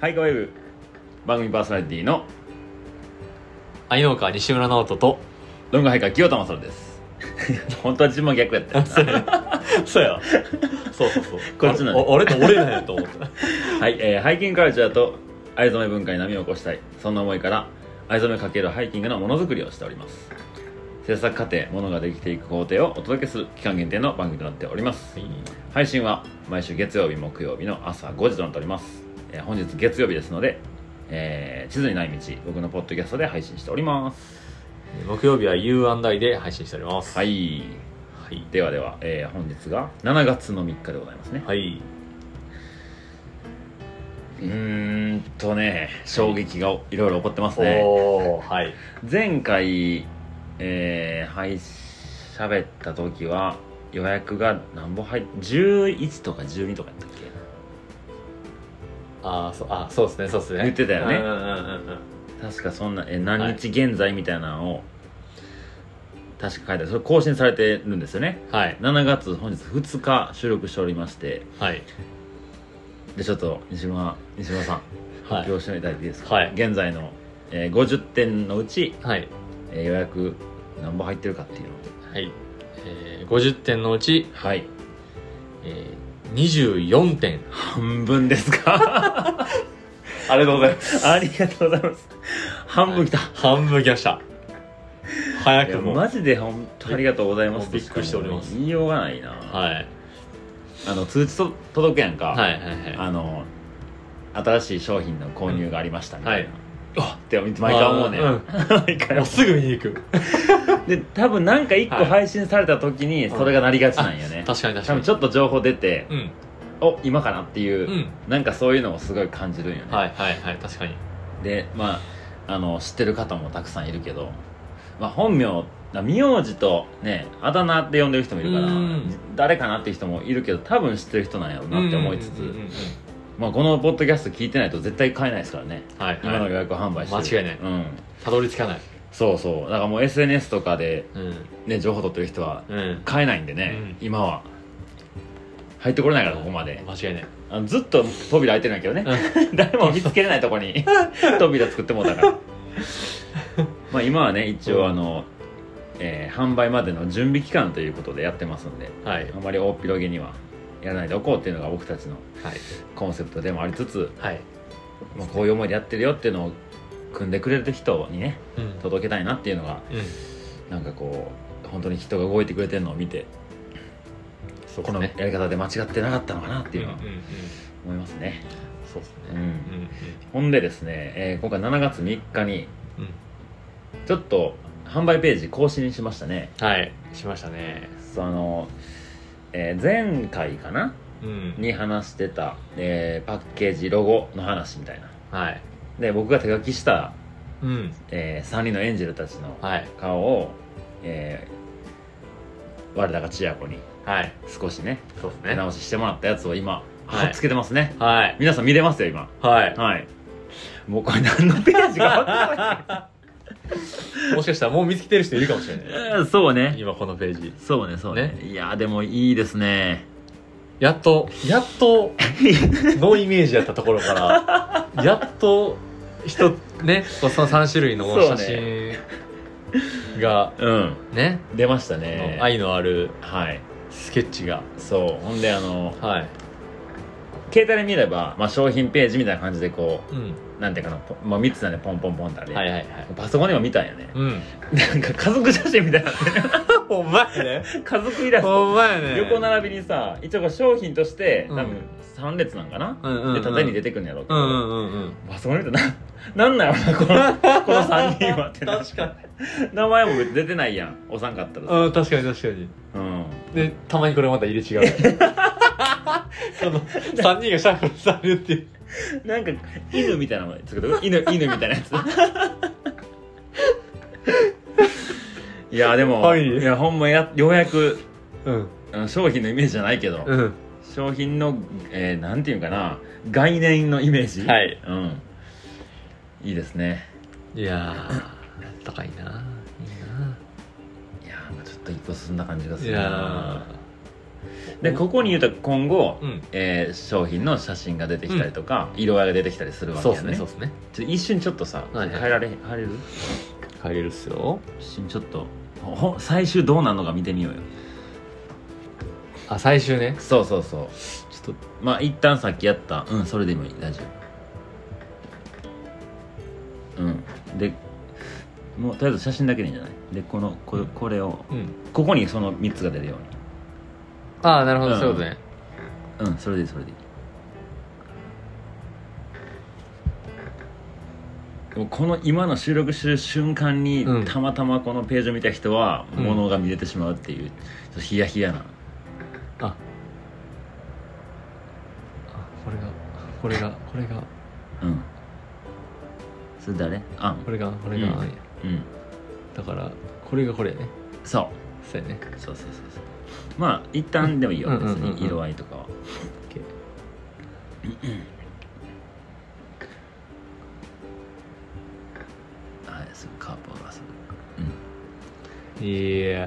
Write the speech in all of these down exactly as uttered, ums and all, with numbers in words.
ハイカウェブ番組パーソナリティの愛農家西村直人とロングハイカー清田正です本当は自分も逆やったよそうやそうやそうそうそうこっちなんで俺と俺なんやと思ったはい、えー、ハイキングカルチャーと藍染め文化に波を起こしたい、そんな思いから藍染め×ハイキングのものづくりをしております。制作過程、ものができていく工程をお届けする期間限定の番組となっております、はい、配信は毎週月曜日木曜日の朝ごじとなっております、えー、本日月曜日ですので、えー、地図にない道、僕のポッドキャストで配信しております。 木曜日は ユーアンドアイ で配信しております。 はい、はい、ではでは、えー、本日がしちがつのみっかでございますね。 はい。 うーんとね衝撃がいろいろ起こってますね。 おー、はい。 前回えー、はい喋った時は予約が何本入っじゅういちとかじゅうにとかやったっけ。 あー そ, あそうですねそうですね言ってたよね。 うんうんうんうん、 確かそんなえ何日現在みたいなのを、はい、確か書いてある。それ更新されてるんですよね。 はい。 しちがつ本日ふつか収録しておりまして、 はい。 でちょっと西村西村さん、はい、発表していただいていいですか。 はい。 現在の、えー、ごじゅってんのうち、 はい、 えー、予約何本入ってるかっていうの。 はい、えー、ごじゅってんのうち、 はい、 えー、にじゅうよんてん。 半分ですかありがとうございますありがとうございます。半分きた、はい、 半分きました。早くもマジで本当ありがとうございます。 びっくりしております。 言いようがないな。 はい。 あの通知と届くやんか。 はいはいはい。あの新しい商品の購入がありましたみたいな、 うん、 あって毎回思うね、うん、 毎回もうすぐ見に行くで多分なんかいっこ配信された時にそれがなりがちなんよね、 うん、確かに確かに。 多分ちょっと情報出て、うん、お今かなっていう、うん、なんかそういうのをすごい感じるんよね。 はいはいはい、確かに。でまああの知ってる方もたくさんいるけど、まあ、本名名字とねあだ名って呼んでる人もいるから誰かなっていう人もいるけど、多分知ってる人なんやろうなって思いつつ、まあ、このポッドキャスト聞いてないと絶対買えないですからね、はいはい、今の予約販売してる。 間違いない、 うん、 たどり着かない。 そうそう、だからもう エスエヌエス とかで、ね、うん、情報取ってる人は買えないんでね、うん、今は入ってこれないからここまで。 間違いない。 あのずっと扉開いてるんだけどね、うん、誰も見つけれないとこに扉作ってもうたからまあ今はね一応あの、えー、販売までの準備期間ということでやってますんで、はい、あまり大っ広げにはやらないでおこうっていうのが僕たちのコンセプトでもありつつ、はい、まあ、こういう思いでやってるよっていうのを組んでくれる人にね、うん、届けたいなっていうのが、うん、なんかこう本当に人が動いてくれてるのを見て、そうですね、このやり方で間違ってなかったのかなっていうのは思いますね。 そうですね、 うんうんうん、ほんでですね、えー、今回しちがつみっかに、うん、ちょっと販売ページ更新しましたね。 はい、しましたね。 そのえー、前回かな、うん、に話してた、えー、パッケージロゴの話みたいな、はい、で僕が手書きした、うん、えー、さんにんのエンジェルたちの顔を、はい、えー、我らが千夜子に少しね、はい、手直ししてもらったやつを今貼っつけてますね、はい、皆さん見れますよ今。はい、はい、もうこれ何のページか分からないもしかしたらもう見つけてる人いるかもしれない。 そうね、 今このページ。 そうねそうね。いやでもいいですね。 やっとやっとノーイメージやったところからやっと人ね、そのさん種類の写真が、ね、うんね出ましたね。 愛のあるスケッチが、 そうほんであの、はい、携帯で見れば、まあ、商品ページみたいな感じでこう、うん、なんていうかな、まあ、みっつなんでポンポンポンってあれ、はいはいはい、パソコンでも見たんやね、うん、なんか家族写真みたいになってるほんまやね、 家族イラストほんまやね、 横並びにさ、一応商品として多分さん列なんかな、うんうんうん、で縦に出てくるんやろうけど、うんうんうんうん、パソコン見るとな、なんなんやろなこのこのさんにんはって確かに名前も出てないやん、おさんかったらさ、 うん、確かに確かに、うん、でたまにこれまた入れ違うそのさんにんがシャッフルされるっていうなんか犬みたいなの作る犬犬みたいなやついやでも、はい、いやほんまやようやく、うん、商品のイメージじゃないけど、うん、商品の、えー、なんていうかな、概念のイメージ、はい、うん、いいですね。 いやー高いな、いいな、いやーちょっと一歩進んだ感じがするな。 でここに言うと今後、 うんえー商品の写真が出てきたりとか、うん、色合いが出てきたりするわけそうやね。 ですねそうですね。 ちょ一瞬ちょっとさ、 はいはい、 変えられ変えれる変えれるっすよ。 一瞬ちょっとほ最終どうなるのか見てみようよ。 あ最終ね。 そうそうそう。 ちょっとまあ一旦さっきやったうんそれでもいい大丈夫。うんでもうとりあえず写真だけでいいんじゃないでこのこれこれを、 うん、 ここにそのみっつが出るように。 ああなるほど、 うん、 そういうことね。 うんそれでいいそれでいい。もうこの今の収録してる瞬間に、うん、たまたまこのページを見た人は物が見れてしまうっていう、うん、ちょっとヒヤヒヤな。 ああこれがこれがこれがうんそれ誰あこれがこれが、うん、うん、だからこれがこれね。 そうそうやね。 そうそうそうそう。まあ一旦でもいいよ、うん、別に色合いとかは。はいすぐカープを出す。 うんいや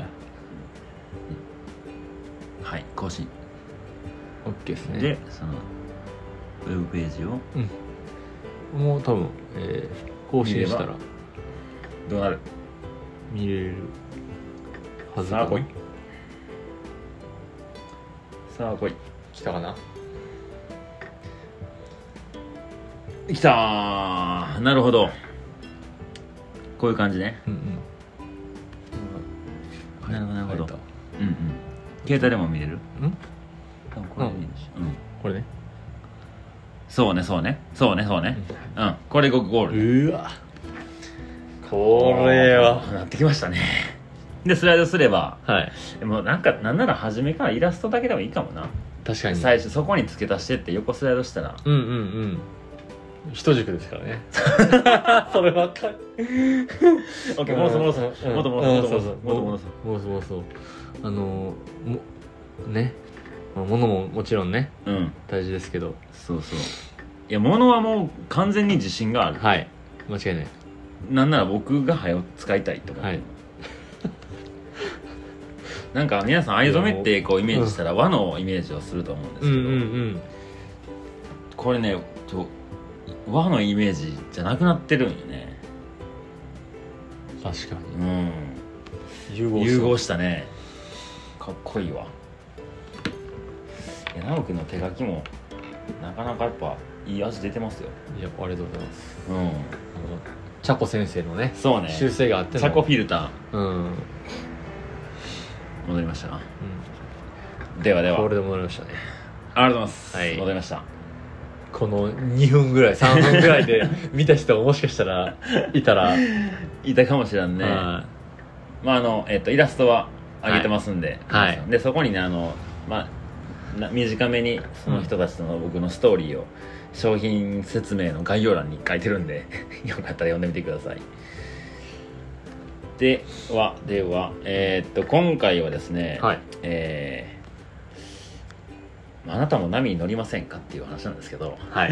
はい更新 OK ですね。 でそのウェブページを、 うん、もう多分、えー、更新したらどうなる見れるはずかな。 さあ来いさあ来い。 来たかな。 来たー。なるほどこういう感じね。 うんうんなるほどなるほど。うんうん携帯でも見れる。 うんこれでいいでしょ。うんこれね。 そうねそうねそうねそうねうん、うん、これゴール。 うわこれはなってきましたね。でスライドすれば、 はい、 でもなんかなんなら初めからイラストだけでもいいかもな。 確かに最初そこに付け足してって横スライドしたらうんうんうん一軸ですからねそればっかりオッケー戻そう戻そう戻そう戻そう戻そう戻そう戻そうあのもね物ももちろんね、うん、大事ですけどそうそういや物はもう完全に自信がある。 はい間違いない。 なんなら僕が早く使いたいと思って、はい、なんか皆さん藍染めってこうイメージしたら和のイメージをすると思うんですけど、うんうんうん、これねちょ和のイメージじゃなくなってるんよね。 確かに、 うん、融合融合したね。かっこいいわ。直樹の手書きもなかなかやっぱいい味出てますよ。 いやありがとうございます。 うん、あのチャコ先生のねそうね修正があってのチャコフィルター、うん、 戻りましたな、うん、ではではこれで戻りましたね。 ありがとうございます、はい、戻りました。 このにふんぐらいさんぷんぐらいで見た人がもしかしたらいたらいたかもしれんね。まああの、えっと、イラストは上げてますんで、 はい、 でそこにねあの、まあ短めにその人たちとの僕のストーリーを商品説明の概要欄に書いてるんでよかったら読んでみてください。ではでは、えー、っと今回はですね、はい、えー、あなたも波に乗りませんかっていう話なんですけど、はい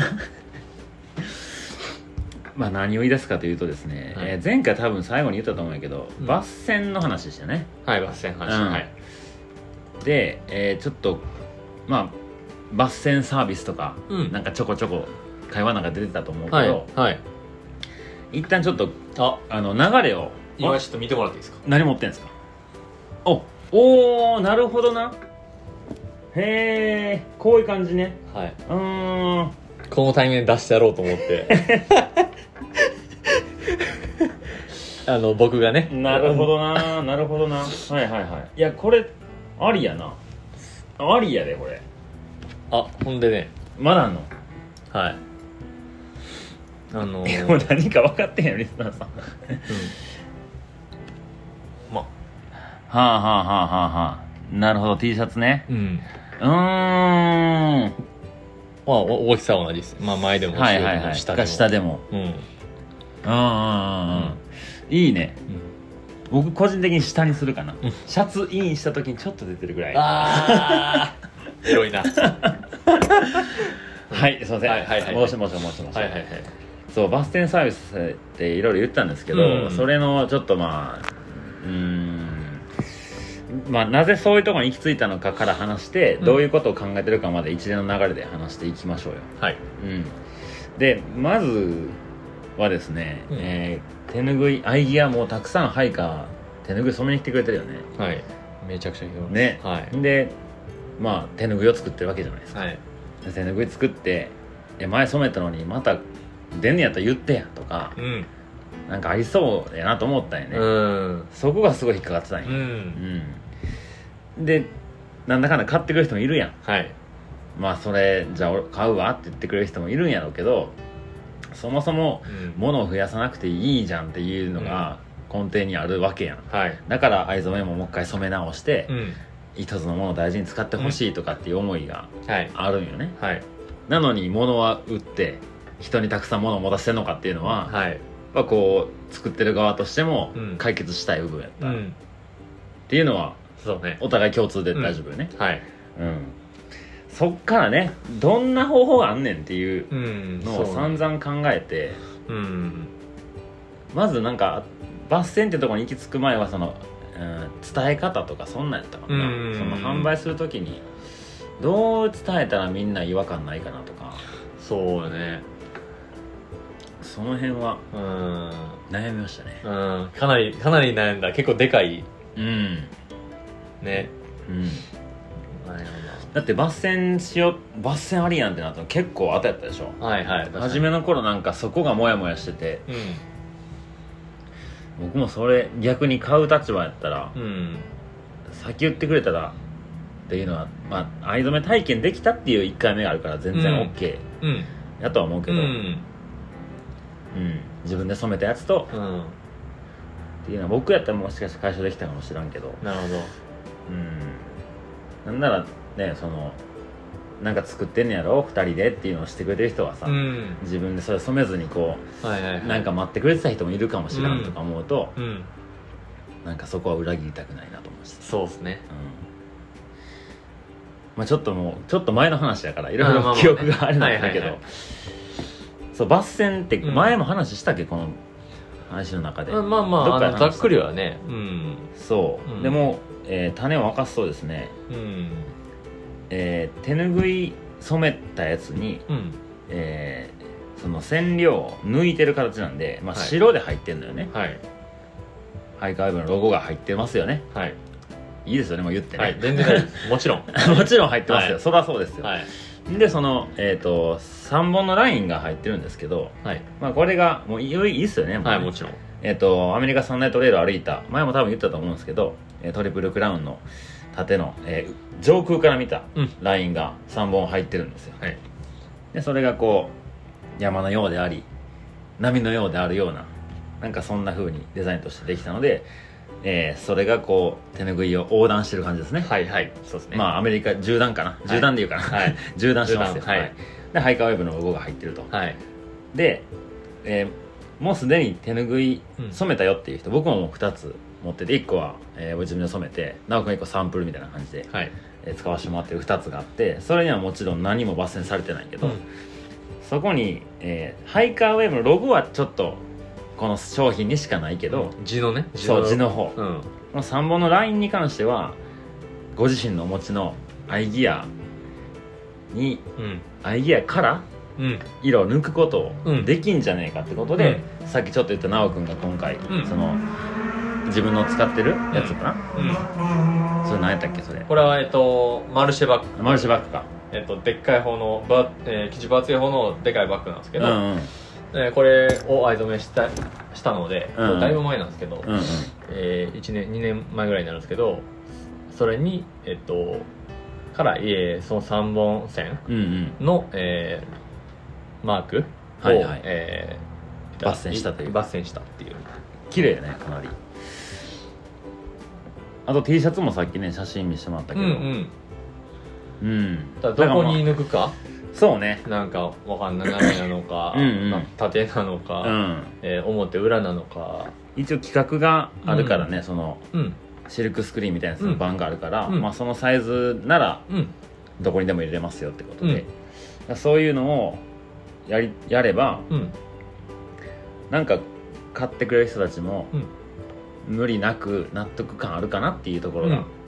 まあ何を言い出すかというとですね、はい、えー、前回多分最後に言ったと思うんやけど、うん、抜線の話でしたね。 はい抜線話、うん、はい。 で、えー、ちょっとまあ抜線サービスとか、うん、なんかちょこちょこ会話なんか出てたと思うけど、はいはい、一旦ちょっとああの流れを今ちょっと見てもらっていいですか。 何持ってんですか。おおーなるほどな。へえこういう感じね。 はい。うーんこのタイミングで出してやろうと思ってあの僕がね。 なるほどななるほどなはいはいはいいやこれありやなありやでこれ。 あほんでねまだあんの。はいあのー、 もう何か分かってんやリスナーさん、うん、まはあはあはあはあはあなるほど T シャツね。うんうーんまあ大きさは同じです。まあ前でも後ろでも下でも、 下でもうんうんうんうんうんいいね、うん、僕個人的に下にするかな、うん、シャツインした時にちょっと出てるぐらい。 あーエロいなはいすいません、はいはいはい、戻して戻して戻して戻して、はいはいはい、そうバス停サービスっていろいろ言ったんですけど、うん、それのちょっとまあうーんまあ、なぜそういうところに行き着いたのかから話して、うん、どういうことを考えてるかまで一連の流れで話していきましょうよ。 はい、 うん、でまずはですね、うん、えー、手ぬぐいアイギアもたくさんハイカー手ぬぐい染めに来てくれてるよね。 はい、めちゃくちゃ来てますね、 はい、 でまあ手ぬぐいを作ってるわけじゃないですか、 はい、 手ぬぐい作って前染めたのにまた出んねやったら言ってやとか、うん、なんかありそうやなと思ったんやね、うん、そこがすごい引っかかってたんや、うんうん、でなんだかんだ買ってくれる人もいるやん、はい、まあそれじゃあ俺買うわって言ってくれる人もいるんやろうけど、そもそも物を増やさなくていいじゃんっていうのが根底にあるわけやん、はい、だから藍染めももう一回染め直して、うん、一つのものを大事に使ってほしいとかっていう思いがあるんよね、はいはい、なのに物は売って人にたくさん物を持たせるのかっていうのは、はい、まあ、こう作ってる側としても解決したい部分やった、うん、っていうのはそうね、お互い共通で大丈夫よね、うん、はい、うん、そっからねどんな方法があんねんっていうのを散々考えて、うんうん、まずなんか抜線ってところに行き着く前はその、うん、伝え方とかそんなんやったかな、うん、その販売するときにどう伝えたらみんな違和感ないかなとか、 そうね、 その辺はうん悩みましたね、 うん、かなりかなり悩んだ。結構でかい、うんね、うん、 だって抜線しよう抜線ありやんってなったの結構後やったでしょ。はいはい、初めの頃なんかそこがモヤモヤしてて、うん、僕もそれ逆に買う立場やったら、うん、先言ってくれたらっていうのは、まあ藍染め体験できたっていういっかいめがあるから全然 OK、うん、やとは思うけど、うん、うん、自分で染めたやつと、うん、っていうのは僕やったらもしかして解消できたかもしらんけど、 なるほど、 うん、なんならね、そのなんか作ってんねやろふたりでっていうのをしてくれてる人はさ、うん、自分でそれ染めずにこう、はいはいはい、なんか待ってくれてた人もいるかもしらんとか思うと、うんうん、なんかそこは裏切りたくないなと思いました。 そうですね、 うん、まあ、ちょっともうちょっと前の話だからいろいろ記憶があるんだけど、そう抜線って前も話したっけ、うん、この話の中で、 まあまあ、あのざっくりはね、うん、 そう、うん、でも、えー、種を明かすとですね、うん、えー、手ぬぐい染めたやつに、うん、えー、その染料を抜いてる形なんで、まあ、白で入ってるのよね、はい、ハイカーウェブのロゴが入ってますよね、はい、いいですよねもう言ってね、 はい、全然大丈夫ですもちろんもちろん入ってますよ、はい、そりゃそうですよ、はい、でその、えー、とさんぼんのラインが入ってるんですけど、はい、まあ、これがもういいですよね、もうね、 はい、もちろん、 えー、とアメリカサンナイトレールを歩いた前も多分言ったと思うんですけど、トリプルクラウンの縦の、えー、上空から見たラインがさんぼん入ってるんですよ、はい、でそれがこう山のようであり波のようであるような、なんかそんな風にデザインとしてできたので、えー、それがこう手ぬぐいを横断してる感じですね。はいはい、そうですね。まあアメリカ縦断かな、縦断でいうかな、はい、縦断してますよ、はい、でハイカーウェブのロゴが入ってると、はい、で、えー、もうすでに手ぬぐい染めたよっていう人、うん、僕ももうふたつ持ってて、いっこは、えー、自分で染めて、なおくんいっこサンプルみたいな感じで、はい、えー、使わせてもらってるふたつがあって、それにはもちろん何も抜線されてないけど、うん、そこに、えー、ハイカーウェブのロゴはちょっとこの商品にしかないけど、 うん、字のね、 そう字の方、うん、このさんぼんのラインに関してはご自身のお持ちのアイギアに、うん、アイギアから色を抜くことをできんじゃねえかってことで、うん、さっきちょっと言ったなおくんが今回、うん、その自分の使ってるやつかな、うんうん、それ何やったっけ、それこれはえっとマルシェバッグ、 マルシェバッグか、 えっとでっかい方のバ、えー、生地分厚い方のでかいバッグなんですけど、うんうん、えー、これを藍染めしたしたので、うんうん、だいぶ前なんですけど、うんうん、えー、いちねんにねんまえぐらいになるんですけど、それにえっとから、えー、そのさんぼん線の、うんうん、えー、マークを、はいはい、えー、抜線したという抜線したっていう、 綺麗ねかなり。あと T シャツもさっきね写真見せてもらったけど、うん、うん、 だどこに抜くか、 そうね、 なんかわかんない、斜めなのかうん、まあ、縦なのか、うん、えー、表裏なのか、 一応企画があるからね、うん、その、うん、シルクスクリーンみたいなやつの版があるから、うん、まあ、そのサイズなら、うん、どこにでも入れれますよってことで、うん、そういうのをやりやれば、うん、なんか買ってくれる人たちも、うん、無理なく納得感あるかなっていうところが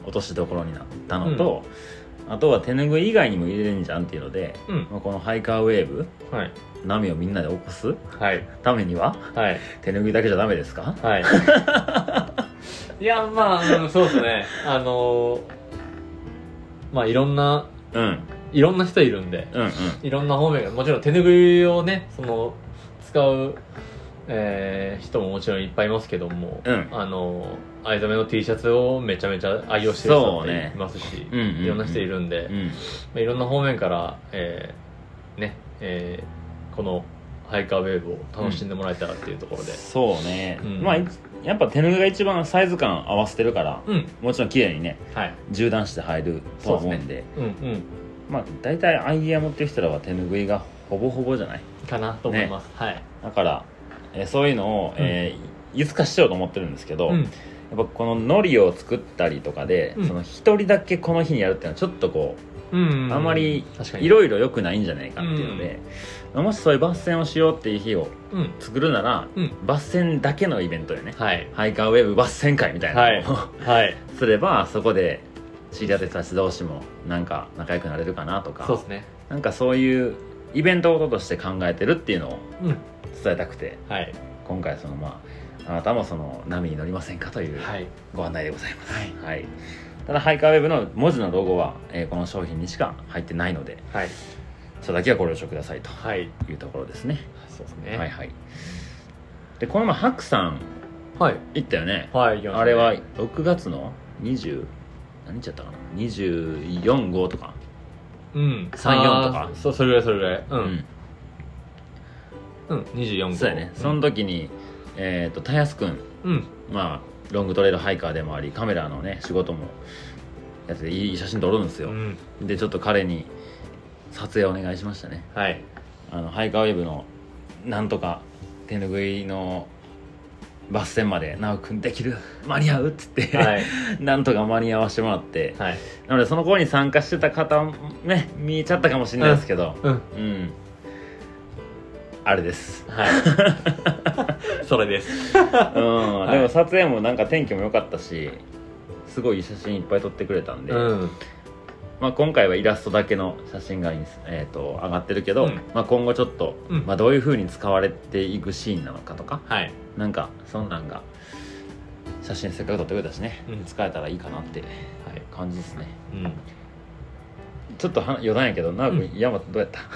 落としどころになったのと、うん、あとは手ぬぐい以外にも入れるんじゃんっていうので、うん、まあ、このハイカーウェーブ、はい、波をみんなで起こす、はい、ためには、はい、手ぬぐいだけじゃダメですか？はいいやまあそうですね、あのー、まあいろんな、うん、いろんな人いるんで、うんうん、いろんな方面がもちろん手ぬぐいをねその使う、えー、人ももちろんいっぱいいますけども、うん、あの藍染めの T シャツをめちゃめちゃ愛用してる人っていますし、ね、うんうんうん、いろんな人いるんで、うんまあ、いろんな方面から、えー、ね、えー、このハイカーウェーブを楽しんでもらえたらっていうところで、うん、そうね、うん、まあやっぱ手ぬぐいが一番サイズ感合わせてるから、うん、もちろん綺麗にね、はい、縦断して入るとは思うんで、ね、うんうん、まあ大体アイディア持ってる人らは手ぬぐいがほぼほぼじゃないかなと思います、ね、はい、だから、えー、そういうのを、えー、いつかしようと思ってるんですけど、うん、やっぱこの海苔を作ったりとかで、うん、その一人だけこの日にやるっていうのはちょっとこう、うんうん、あまりいろいろ良くないんじゃないかっていうので、うん、もしそういう抜線をしようっていう日を作るなら、うん、抜線だけのイベントでね、はい、ハイカーウェーブ抜線会みたいなのを、はいはい、すればそこで知り合ってた人同士もなんか仲良くなれるかなとか、そうですね、なんかそういうイベントごととして考えてるっていうのを伝えたくて、うん、はい、今回そのまああなたもその波に乗りませんかというご案内でございます、はいはい、ただハイカーウェブの文字のロゴは、えー、この商品にしか入ってないので、はい、それだけはご了承くださいというところですね、はい、そうですね、はいはい、でこの前ハクさん、はい、行ったよね、はい、行きましたね、あれはろくがつのにじゅう何日やったかな、にじゅうよん、ごとか、うん、さんじゅうよんとか、そ, それぐらいそれぐらい、うん、うん、にじゅうよん号、そうやね、うん、その時にえっ、ー、とたやすくん、うん、まあロングトレイルハイカーでもありカメラのね仕事もやっていい写真撮るんですよ、うん、でちょっと彼に撮影お願いしましたね、はい、あのハイカーウェブのなんとか手ぬぐいのバス線まで直くんできる間に合うっつって、はい、なんとか間に合わせてもらって、はい、なのでその頃に参加してた方ね見えちゃったかもしれないですけど、うん、うんうん、あれです、はいそれです、うん、はい、でも撮影もなんか天気も良かったしすごい写真いっぱい撮ってくれたんで、うん、まあ、今回はイラストだけの写真が、えー、と上がってるけど、うん、まあ、今後ちょっと、うん、まあ、どういう風に使われていくシーンなのかとか、はい、なんかそんなんが写真せっかく撮ってくれたしね、うん、使えたらいいかなって、はい、感じですね、うん、ちょっと余談やけどな、うん、ヤマトどうやった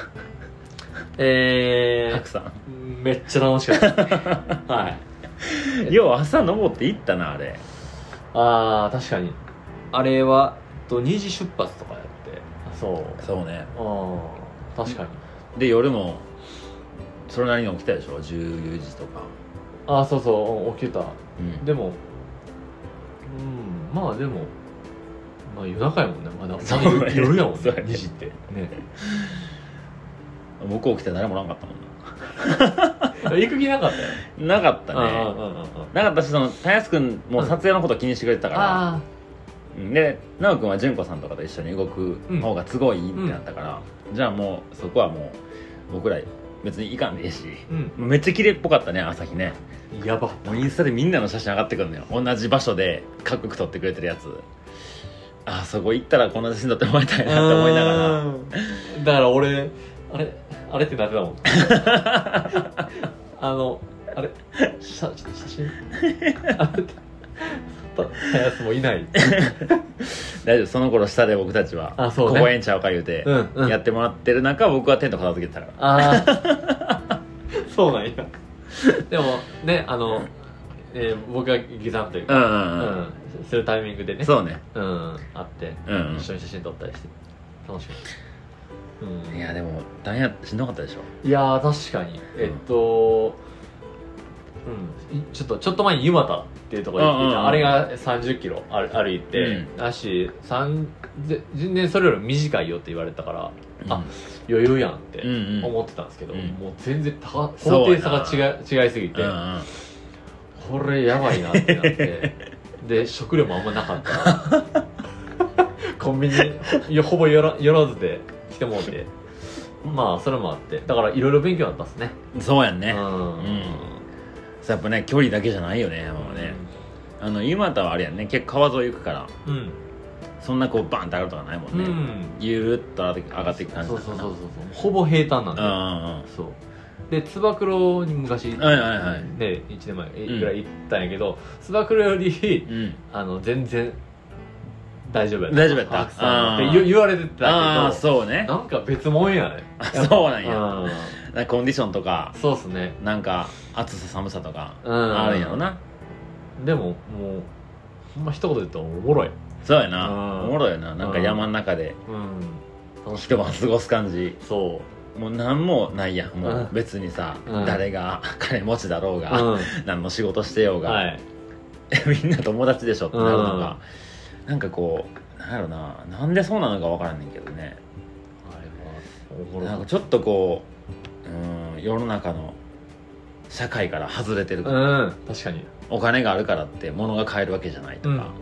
えー、ハクさんめっちゃ楽しかったはいよう朝登って行ったなあれ。あー確かにあれはとにじ出発とかやって、そうそうね、あ確かに、で夜もそれなりに起きたでしょ、じゅうじとか。あそうそう起きてた、うん、でもうんまあでもまあ夜中やもんね、まだまだ夜やもんねにじってね僕起きて誰もおらんかったもんな行く気なかったよ。なかったね、なかったし、そのたやすくんも撮影のこと気にしてくれてたから、うん、でなおくんは純子さんとかと一緒に動く方が都合いいってなったから、うん、じゃあもうそこはもう僕ら別に行かんでいいし、うん、めっちゃ綺麗っぽかったね朝日ね。やばもうインスタでみんなの写真上がってくるのよ、同じ場所でかっこよく撮ってくれてるやつ。あそこ行ったらこんな写真撮ってもらいたいなって思いながらだから俺あれあれってなってたもんあのあれ写真あれたやつもいない大丈夫、その頃下で僕たちは、ね、ここええんちゃうか言うて、うんうん、やってもらってる中僕はテント片付けてたから。あそうなんやでもねあの、えー、僕が下山というか、うんうんうんうん、するタイミングでね、そうね、うん、あって、うんうん、一緒に写真撮ったりして楽しかった、うん、いやでも大変しんどかったでしょ。いや確かに、えっと、うん、ちょっとちょっと前に湯俣っていうところに行って、うんうんうん、あれがさんじゅっキロ歩いて、うん、だし全然それより短いよって言われたから、うん、あ余裕やんって思ってたんですけど、うんうん、もう全然高低差が違い、違いすぎて、うんうん、これやばいなってなってで食料もあんまなかったコンビニほぼ寄ら、寄らずで来てもらって、まあそれもあってだからいろいろ勉強だったっすね。そうやんね、うん、うん、やっぱね距離だけじゃないよね山はね、うん、あの湯俣はあれやんね結構川沿い行くから、うん、 そんなこうバンって上がるとかないもんね、うん、ゆるっと上がっていく感じだったな。 そうそうそうそう、ほぼ平坦なんで、うんうんうん、そうでつば九郎に昔、はいはいはい、ね、いちねんまえぐらい行ったんやけど、つば九郎より、うん、あの全然大丈夫やった、 大丈夫やったって言われてたけど、 あそうね、 なんか別物やね。 そうなんや、なんかコンディションとか、 そうっすね、 なんか暑さ寒さとかあるんやろな。 でももうほんま一言で言ったらおもろい。 そうやな、おもろいよな。なんか山の中で一晩過ごす感じ。そう、もう何もないやん、もう別にさ、うん、誰が金持ちだろうが、うん、何の仕事してようが、はい、みんな友達でしょってなるのが、うん、なんかこうなんやろな、なんでそうなのか分からんねんけどね。あれはなんかちょっとこう、うん、世の中の社会から外れてるから、 うん、確かにお金があるからって物が買えるわけじゃないとか、うんうん、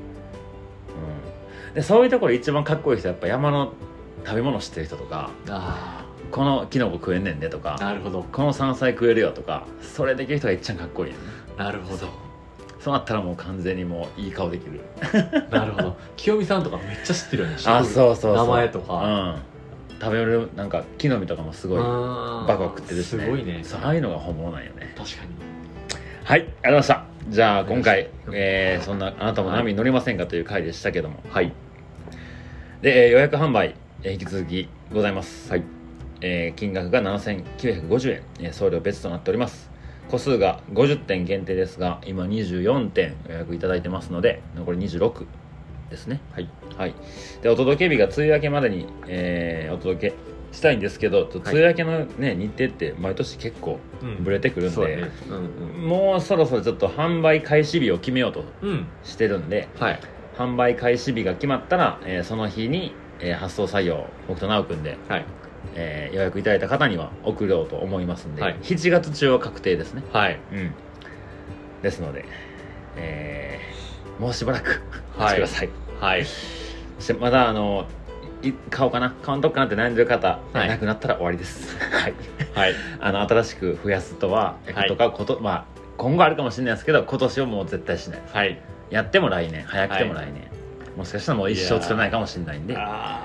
でそういうところ一番かっこいい人はやっぱ山の食べ物知ってる人とか、あこのキノコ食えんねんでとか、 なるほど、 この山菜食えるよとか、それできる人が一番かっこいいよね。 なるほど、 そうなったらもう完全にもういい顔できる。 なるほど、清美さんとかめっちゃ知ってるよね。 あ、そうそうそう、 名前とか、うん、 食べるなんか木の実とかもすごいバクバク食ってるしね。 すごいね。 そう、ああいうのが本物なんよね。 確かに。 はい、ありがとうございました。じゃあ今回、えー、そんなあなたも波に乗りませんかという回でしたけども、はい、で、えー、予約販売、えー、引き続きございます。はい、えー、金額がななせんきゅうひゃくごじゅうえん、えー、送料別となっております。個数がごじゅってん限定ですが、今にじゅうよんてん予約いただいてますので、残りにじゅうろくですね。はい、はい、でお届け日が梅雨明けまでに、えー、お届けしたいんですけど、梅雨明けの、ね、日程って毎年結構ブレてくるんで、うんね、うんうん、もうそろそろちょっと販売開始日を決めようとしてるんで、うん、はい、販売開始日が決まったら、えー、その日に、えー、発送作業僕と直くんで、はい、えー、予約いただいた方には送ろうと思いますんで、はい、しちがつ中は確定ですね。はい、うん、ですので、えー、もうしばらくお待ちください。はい、そしてまだあの買おうかな、買わんとくかなって悩んでる方、はい、なくなったら終わりです。はい、はい、あの新しく増やすとは、はい、とかこと、まあ、今後あるかもしれないですけど、今年はもう絶対しないです。はい、やっても来年、早くても来年、はい、もしかしたらもう一生作れないかもしれないんで、はい、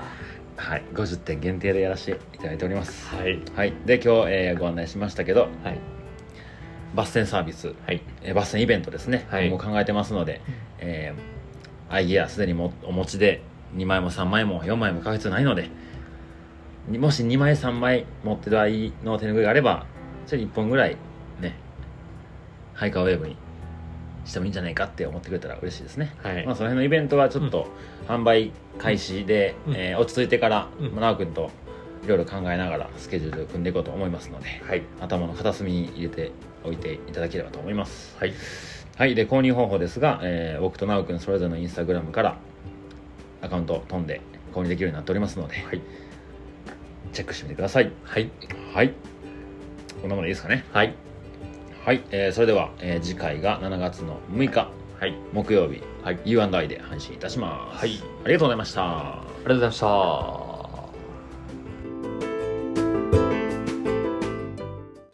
ごじゅってん限定でやらせていただいております。はい、はい、で今日、えー、ご案内しましたけど、はい、バス戦サービス、はい、えー、バス戦イベントですね、はい、もう考えてますので、えー、アイギアすでにもお持ちでにまいもさんまいもよんまいも買う必要ないので、もしにまいさんまい持ってるアイの手ぬぐいがあれば、じゃあいっぽんぐらいね、ハイカーウェーブにしてもいいんじゃないかって思ってくれたら嬉しいですね。はい、まあ、その辺のイベントはちょっと販売開始で、うん、えー、落ち着いてから、うん、直くんといろいろ考えながらスケジュール組んでいこうと思いますので、はい、頭の片隅に入れておいていただければと思います。はい、はい、で購入方法ですが、えー、僕と直くんそれぞれのインスタグラムからアカウント飛んで購入できるようになっておりますので、はい、チェックしてみてください。はい、はい、こんなものでいいですかね。はい、はい、えー、それでは、えー、次回がしちがつのむいか、はい、木曜日、はい、ユーアンドアイ で配信いたします。はい、ありがとうございました。ありがとうございました。